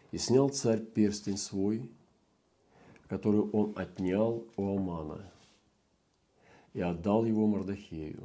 И снял царь перстень свой, который он отнял у Амана, и отдал его Мордохею.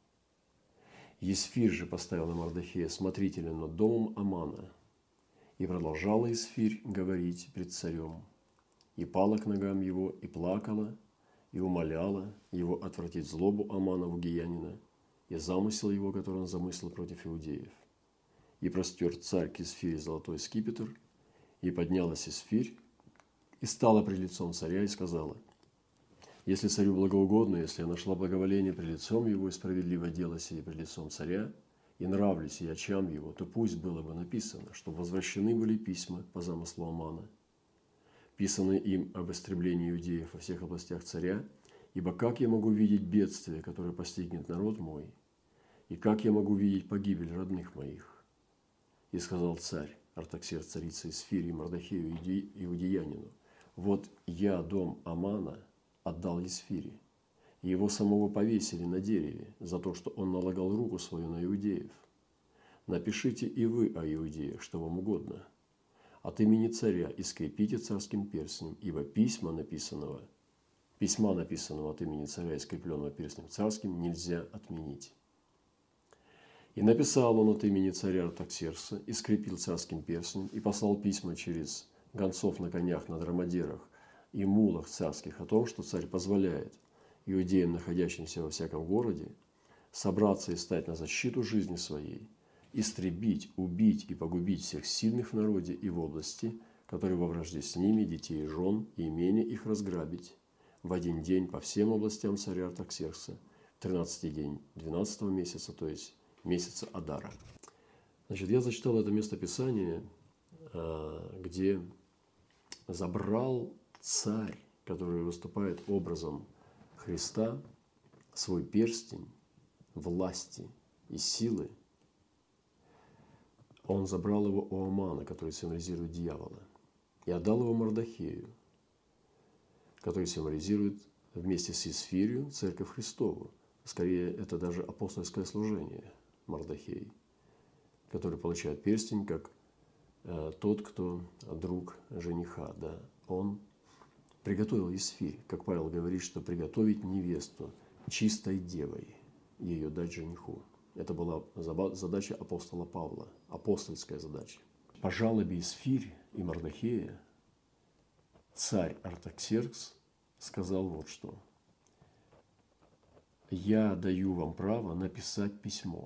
Есфирь же поставил на Мордохея смотрителя над домом Амана, и продолжала Есфирь говорить пред царем, и пала к ногам его, и плакала, и умоляла его отвратить злобу Амана Вугиянина и замысел его, который он замыслил против иудеев. И простер царь к Есфире золотой скипетр, и поднялась Есфирь, и стала пред лицом царя, и сказала: если царю благоугодно, если я нашла благоволение пред лицом его, и справедливо дело сие пред лицом царя, и нравлюсь и очам его, то пусть было бы написано, чтобы возвращены были письма по замыслу Амана, писанные им об истреблении иудеев во всех областях царя, ибо как я могу видеть бедствие, которое постигнет народ мой, и как я могу видеть погибель родных моих? И сказал царь Артаксеркс царице Есфире и Мордохею иудеянину: вот я дом Амана отдал Есфире, и его самого повесили на дереве за то, что он налагал руку свою на иудеев. Напишите и вы о иудеях, что вам угодно. От имени царя и скрепите царским перстнем, ибо письма, написанного от имени царя и скрепленного перстнем царским, нельзя отменить. И написал он от имени царя Артаксеркса, и скрепил царским перстнем, и послал письма через гонцов на конях, на драмадерах и мулах царских о том, что царь позволяет иудеям, находящимся во всяком городе, собраться и стать на защиту жизни своей, истребить, убить и погубить всех сильных в народе и в области, которые во вражде с ними, детей и жен, и имения их разграбить в один день по всем областям царя Артаксеркса, в 13-й день 12-го месяца, то есть месяца Адара. Значит, я зачитал это местописание, где забрал царь, который выступает образом Христа, свой перстень власти и силы. Он забрал его у Амана, который символизирует дьявола, и отдал его Мордохею, который символизирует вместе с Есфирью Церковь Христову. Скорее, это даже апостольское служение Мордохей, который получает перстень как тот, кто друг жениха. Да? Он приготовил Есфирь, как Павел говорит, что приготовить невесту чистой девой, ее дать жениху. Это была задача апостола Павла, апостольская задача. По жалобе Есфирь и Мордохея царь Артаксеркс сказал вот что: «Я даю вам право написать письмо».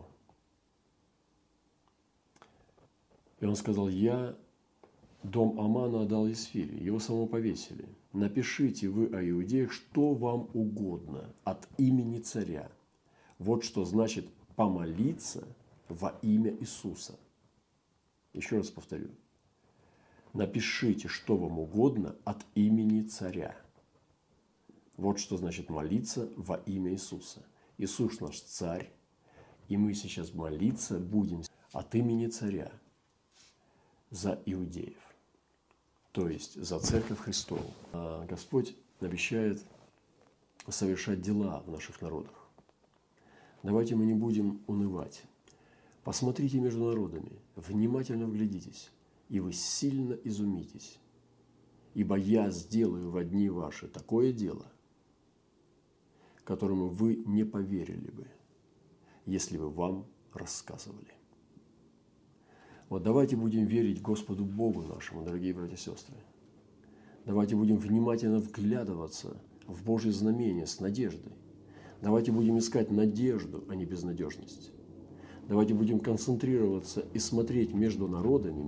И он сказал: «Я дом Амана отдал Есфире, его самого повесили. Напишите вы о иудеях, что вам угодно от имени царя». Вот что значит помолиться во имя Иисуса. Еще раз повторю. Напишите, что вам угодно от имени царя. Вот что значит молиться во имя Иисуса. Иисус наш царь, и мы сейчас молиться будем от имени царя за иудеев, то есть за Церковь Христову. А Господь обещает совершать дела в наших народах. Давайте мы не будем унывать. Посмотрите между народами, внимательно вглядитесь, и вы сильно изумитесь. Ибо я сделаю во дни ваши такое дело, которому вы не поверили бы, если бы вам рассказывали. Вот давайте будем верить Господу Богу нашему, дорогие братья и сестры. Давайте будем внимательно вглядываться в Божье знамение с надеждой. Давайте будем искать надежду, а не безнадежность. Давайте будем концентрироваться и смотреть между народами,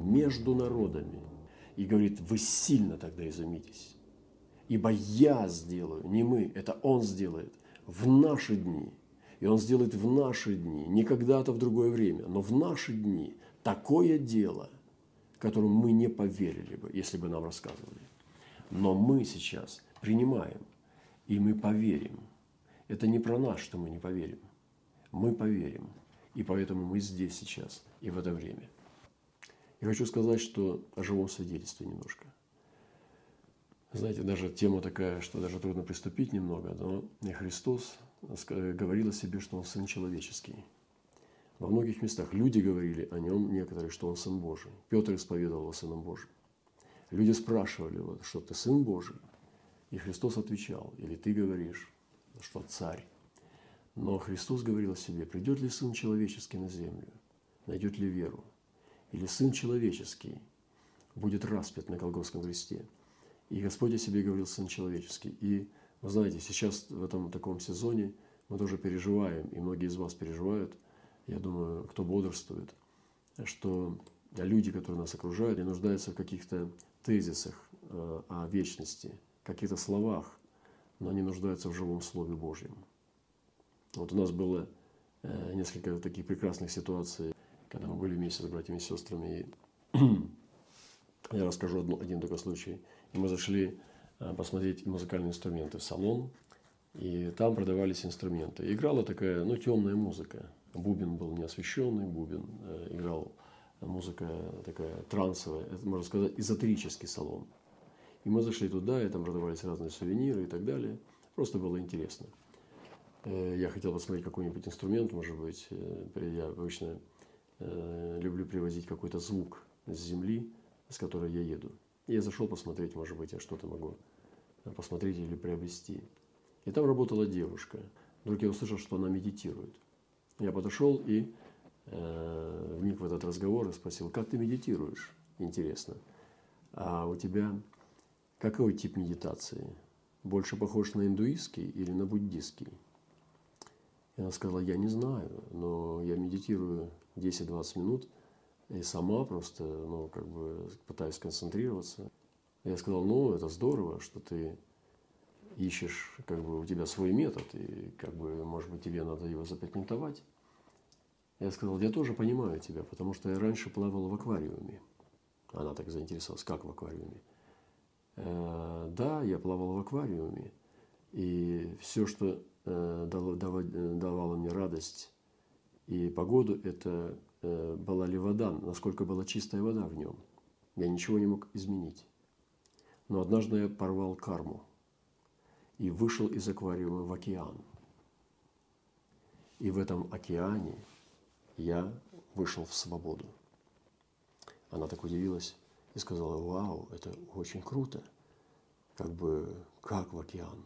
И говорит: вы сильно тогда изумитесь. Ибо я сделаю, не мы, это Он сделает в наши дни. И Он сделает в наши дни, не когда-то в другое время, но в наши дни такое дело, которому мы не поверили бы, если бы нам рассказывали. Но мы сейчас принимаем, и мы поверим. Это не про нас, что мы не поверим. Мы поверим. И поэтому мы здесь сейчас и в это время. И хочу сказать, что о живом свидетельстве немножко. Знаете, даже тема такая, что даже трудно приступить немного, но Христос говорил о себе, что Он Сын Человеческий. Во многих местах люди говорили о Нем, некоторые, что Он Сын Божий. Петр исповедовал Его Сыном Божьим. Люди спрашивали, вот, что ты Сын Божий? И Христос отвечал, или ты говоришь, что Царь. Но Христос говорил о себе, придет ли Сын Человеческий на землю, найдет ли веру, или Сын Человеческий будет распят на Голгофском кресте. И Господь о себе говорил Сын Человеческий. И вы знаете, сейчас в этом таком сезоне мы тоже переживаем, и многие из вас переживают, я думаю, кто бодрствует, что люди, которые нас окружают, не нуждаются в каких-то тезисах о вечности, каких-то словах, но они нуждаются в живом Слове Божьем. Вот у нас было несколько таких прекрасных ситуаций, когда мы были вместе с братьями и сестрами. И я расскажу один такой случай. И мы зашли посмотреть музыкальные инструменты в салон, и там продавались инструменты. Играла такая, темная музыка. Бубен был неосвещенный, бубен играл музыка такая трансовая, это, можно сказать, эзотерический салон. И мы зашли туда, и там продавались разные сувениры и так далее. Просто было интересно. Я хотел посмотреть какой-нибудь инструмент, может быть. Я обычно люблю привозить какой-то звук с земли, с которой я еду. И я зашел посмотреть, может быть, я что-то могу посмотреть или приобрести. И там работала девушка. Вдруг я услышал, что она медитирует. Я подошел и вник в этот разговор и спросил, как ты медитируешь? Интересно. А у тебя какой тип медитации? Больше похож на индуистский или на буддийский? И она сказала, я не знаю, но я медитирую 10-20 минут и сама просто, пытаюсь сконцентрироваться. Я сказал, это здорово, что ты ищешь, у тебя свой метод, и, может быть, тебе надо его запатентовать. Я сказал, я тоже понимаю тебя, потому что я раньше плавал в аквариуме. Она так заинтересовалась, как в аквариуме? Да, я плавал в аквариуме, и все, что давало мне радость и погоду, это была ли вода, насколько была чистая вода в нем. Я ничего не мог изменить. Но однажды я порвал карму и вышел из аквариума в океан. И в этом океане я вышел в свободу. Она так удивилась и сказала, вау, это очень круто. Как в океан?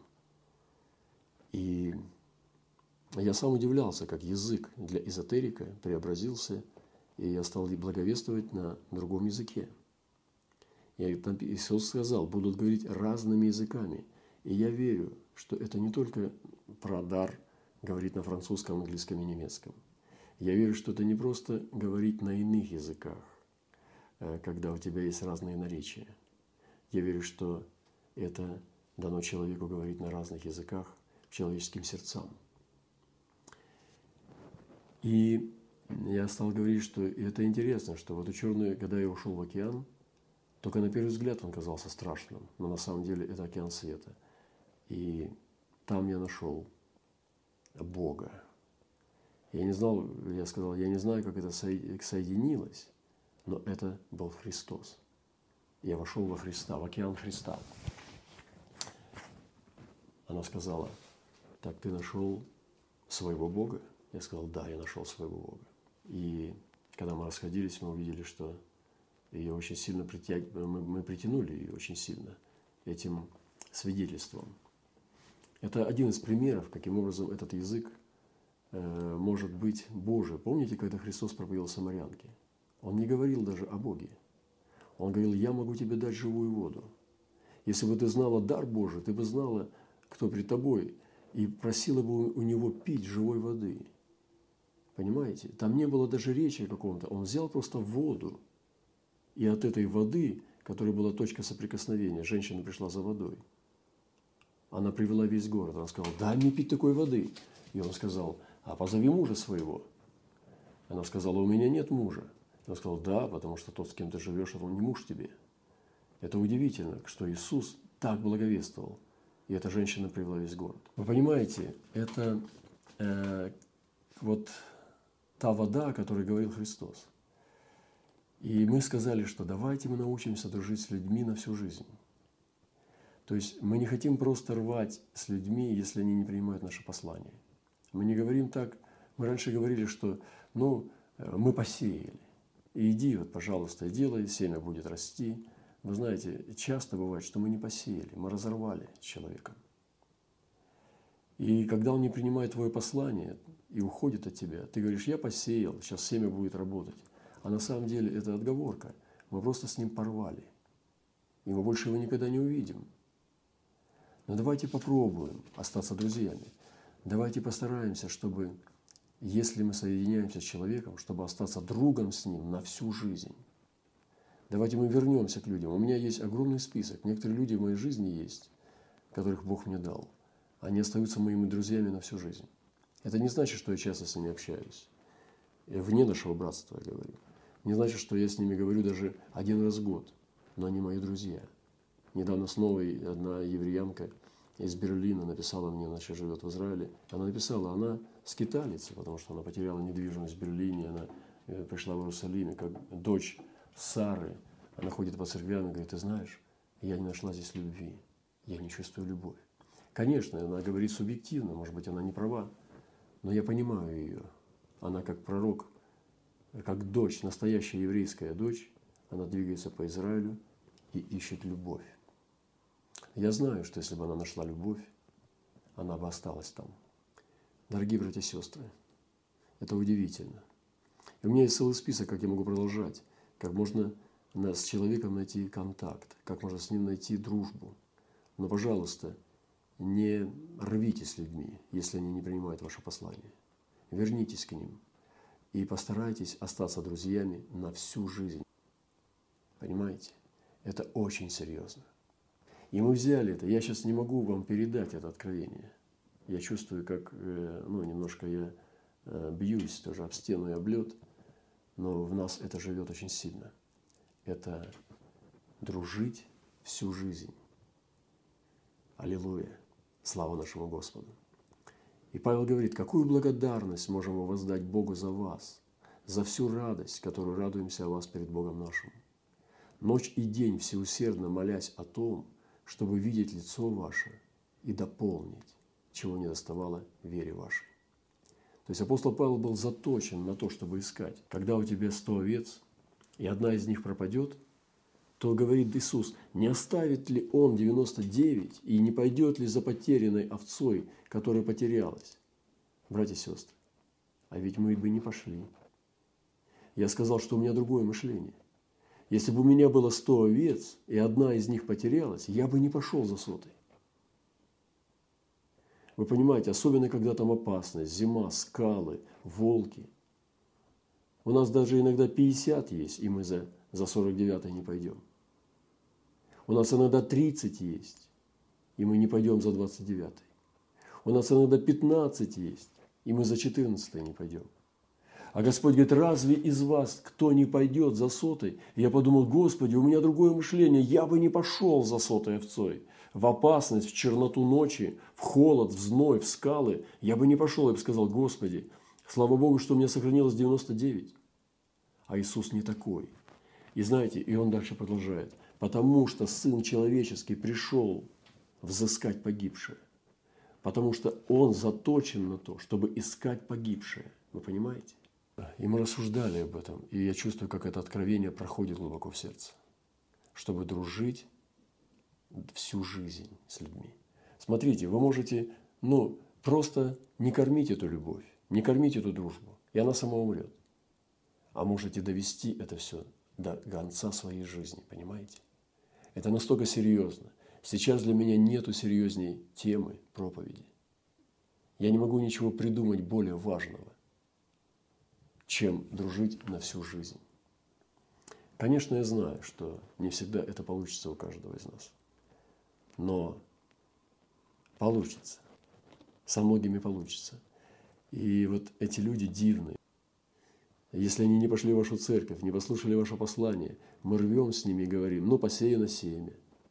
И я сам удивлялся, как язык для эзотерика преобразился, и я стал благовествовать на другом языке. Иисус сказал, будут говорить разными языками. И я верю, что это не только про дар говорить на французском, английском и немецком. Я верю, что это не просто говорить на иных языках, когда у тебя есть разные наречия. Я верю, что это дано человеку говорить на разных языках человеческим сердцам. И я стал говорить, что это интересно, что вот ученый, когда я ушел в океан, только на первый взгляд он казался страшным, но на самом деле это океан света. И там я нашел Бога. Я сказал, я не знаю, как это соединилось, но это был Христос. Я вошел во Христа, в океан Христа. Она сказала, так ты нашел своего Бога? Я сказал, да, я нашел своего Бога. И когда мы расходились, мы увидели, что ее очень сильно мы притянули ее очень сильно этим свидетельством. Это один из примеров, каким образом этот язык может быть Божий. Помните, когда Христос проповедовал самарянке? Он не говорил даже о Боге. Он говорил, я могу тебе дать живую воду. Если бы ты знала дар Божий, ты бы знала, кто пред тобой, и просила бы у него пить живой воды. Понимаете? Там не было даже речи о каком-то. Он взял просто воду. И от этой воды, которая была точка соприкосновения, женщина пришла за водой. Она привела весь город. Она сказала, дай мне пить такой воды. И он сказал, а позови мужа своего. Она сказала, у меня нет мужа. Он сказал, да, потому что тот, с кем ты живешь, он не муж тебе. Это удивительно, что Иисус так благовествовал. И эта женщина привела весь город. Вы понимаете, это вот та вода, о которой говорил Христос. И мы сказали, что давайте мы научимся дружить с людьми на всю жизнь. То есть мы не хотим просто рвать с людьми, если они не принимают наше послание. Мы не говорим так. Мы раньше говорили, что мы посеяли. И иди, пожалуйста, делай, семя будет расти. Вы знаете, часто бывает, что мы не посеяли, мы разорвали с человеком. И когда он не принимает твое послание и уходит от тебя, ты говоришь: я посеял, сейчас семя будет работать. А на самом деле это отговорка. Мы просто с ним порвали. И мы больше его никогда не увидим. Но давайте попробуем остаться друзьями. Давайте постараемся, чтобы, если мы соединяемся с человеком, чтобы остаться другом с ним на всю жизнь. Давайте мы вернемся к людям. У меня есть огромный список. Некоторые люди в моей жизни есть, которых Бог мне дал. Они остаются моими друзьями на всю жизнь. Это не значит, что я часто с ними общаюсь. Вне нашего братства, я говорю. Не значит, что я с ними говорю даже один раз в год. Но они мои друзья. Недавно снова одна евреянка из Берлина написала мне, она сейчас живет в Израиле. Она написала, она скиталица, потому что она потеряла недвижимость в Берлине. Она пришла в Иерусалиме, как дочь Сары. Она ходит по церквям и говорит: ты знаешь, я не нашла здесь любви. Я не чувствую любовь. Конечно, она говорит субъективно, может быть, она не права. Но я понимаю ее. Она как пророк, как дочь, настоящая еврейская дочь, она двигается по Израилю и ищет любовь. Я знаю, что если бы она нашла любовь, она бы осталась там. Дорогие братья и сестры, это удивительно. И у меня есть целый список, как я могу продолжать, как можно с человеком найти контакт, как можно с ним найти дружбу. Но, пожалуйста, не рвите с людьми, если они не принимают ваше послание. Вернитесь к ним и постарайтесь остаться друзьями на всю жизнь. Понимаете? Это очень серьезно. И мы взяли это. Я сейчас не могу вам передать это откровение. Я чувствую, как немножко я бьюсь тоже об стену и об лед, но в нас это живет очень сильно. Это дружить всю жизнь. Аллилуйя! Слава нашему Господу! И Павел говорит: какую благодарность можем мы воздать Богу за вас, за всю радость, которую радуемся о вас перед Богом нашим. Ночь и день всеусердно молясь о том, чтобы видеть лицо ваше и дополнить, чего не доставало вере вашей. То есть апостол Павел был заточен на то, чтобы искать. Когда у тебя 100 овец, и одна из них пропадет, то говорит Иисус: не оставит ли Он 99 и не пойдет ли за потерянной овцой, которая потерялась? Братья и сестры, а ведь мы бы не пошли. Я сказал, что у меня другое мышление. Если бы у меня было 100 овец, и одна из них потерялась, я бы не пошел за 100-й. Вы понимаете, особенно когда там опасность, зима, скалы, волки. У нас даже иногда 50 есть, и мы за 49-й не пойдем. У нас иногда 30 есть, и мы не пойдем за 29-й. У нас иногда 15 есть, и мы за 14-й не пойдем. А Господь говорит: разве из вас кто не пойдет за 100-й? И я подумал: Господи, у меня другое мышление, я бы не пошел за 100-й овцой. В опасность, в черноту ночи, в холод, в зной, в скалы, я бы не пошел. Я бы сказал: Господи, слава Богу, что у меня сохранилось 99. А Иисус не такой. И знаете, и Он дальше продолжает: потому что Сын Человеческий пришел взыскать погибшее. Потому что Он заточен на то, чтобы искать погибшее. Вы понимаете? И мы рассуждали об этом, и я чувствую, как это откровение проходит глубоко в сердце. Чтобы дружить всю жизнь с людьми. Смотрите, вы можете, просто не кормить эту любовь, не кормить эту дружбу, и она сама умрет. А можете довести это все до конца своей жизни, понимаете? Это настолько серьезно. Сейчас для меня нету серьезней темы проповеди. Я не могу ничего придумать более важного, чем дружить на всю жизнь. Конечно, я знаю, что не всегда это получится у каждого из нас. Но получится. Со многими получится. И вот эти люди дивные. Если они не пошли в вашу церковь, не послушали ваше послание, мы рвем с ними и говорим: посеяно семя.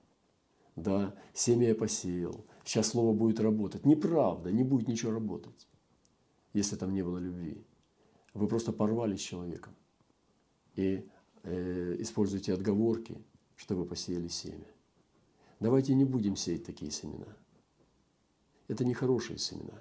Да, семя я посеял. Сейчас слово будет работать. Неправда, не будет ничего работать, если там не было любви. Вы просто порвали с человеком и используете отговорки, чтобы посеяли семя. Давайте не будем сеять такие семена. Это не хорошие семена.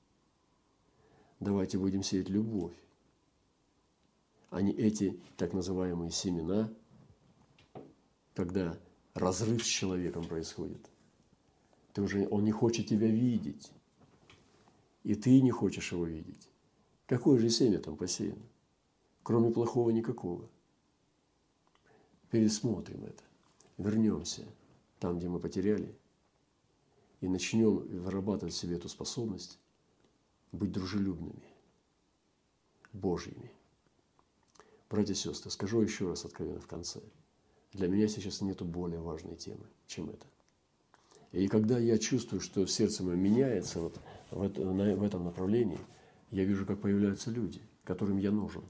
Давайте будем сеять любовь, а не эти так называемые семена когда разрыв с человеком происходит. Он не хочет тебя видеть, и ты не хочешь его видеть. Какое же семя там посеяно? Кроме плохого никакого. Пересмотрим это, вернемся там, где мы потеряли, и начнем вырабатывать в себе эту способность быть дружелюбными, Божьими. Братья и сестры, скажу еще раз откровенно в конце. Для меня сейчас нету более важной темы, чем это. И когда я чувствую, что сердце мое меняется вот в этом направлении, я вижу, как появляются люди, которым я нужен.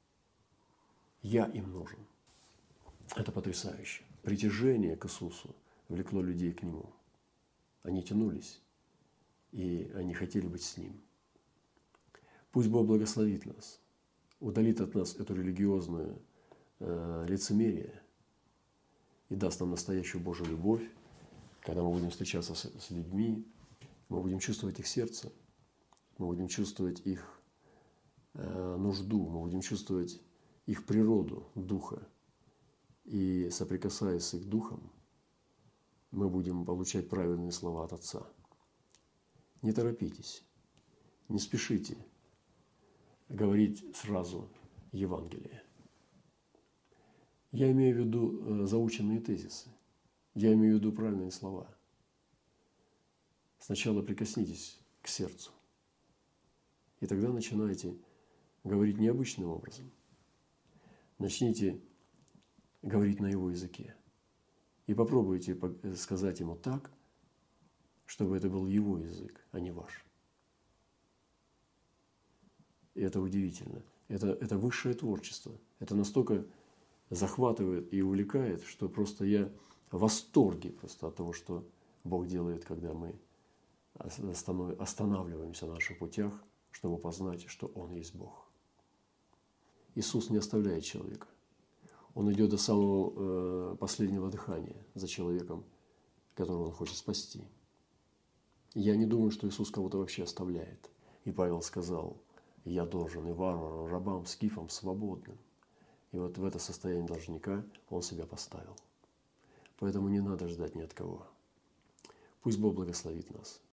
Я им нужен. Это потрясающе. Притяжение к Иисусу влекло людей к Нему. Они тянулись, и они хотели быть с Ним. Пусть Бог благословит нас, удалит от нас эту религиозную лицемерие и даст нам настоящую Божью любовь, когда мы будем встречаться с людьми, мы будем чувствовать их сердце, мы будем чувствовать их нужду, мы будем чувствовать их природу духа. И соприкасаясь с их духом, мы будем получать правильные слова от Отца. Не торопитесь, не спешите говорить сразу Евангелие. Я имею в виду заученные тезисы. Я имею в виду правильные слова. Сначала прикоснитесь к сердцу. И тогда начинайте говорить необычным образом. Начните говорить на его языке. И попробуйте сказать ему так, чтобы это был его язык, а не ваш. И это удивительно. Это высшее творчество. Это настолько захватывает и увлекает, что просто я в восторге просто от того, что Бог делает, когда мы останавливаемся на наших путях, чтобы познать, что Он есть Бог. Иисус не оставляет человека. Он идет до самого последнего дыхания за человеком, которого Он хочет спасти. Я не думаю, что Иисус кого-то вообще оставляет. И Павел сказал: «Я должен и варварам, рабам, скифам, свободным». И вот в это состояние должника Он себя поставил. Поэтому не надо ждать ни от кого. Пусть Бог благословит нас.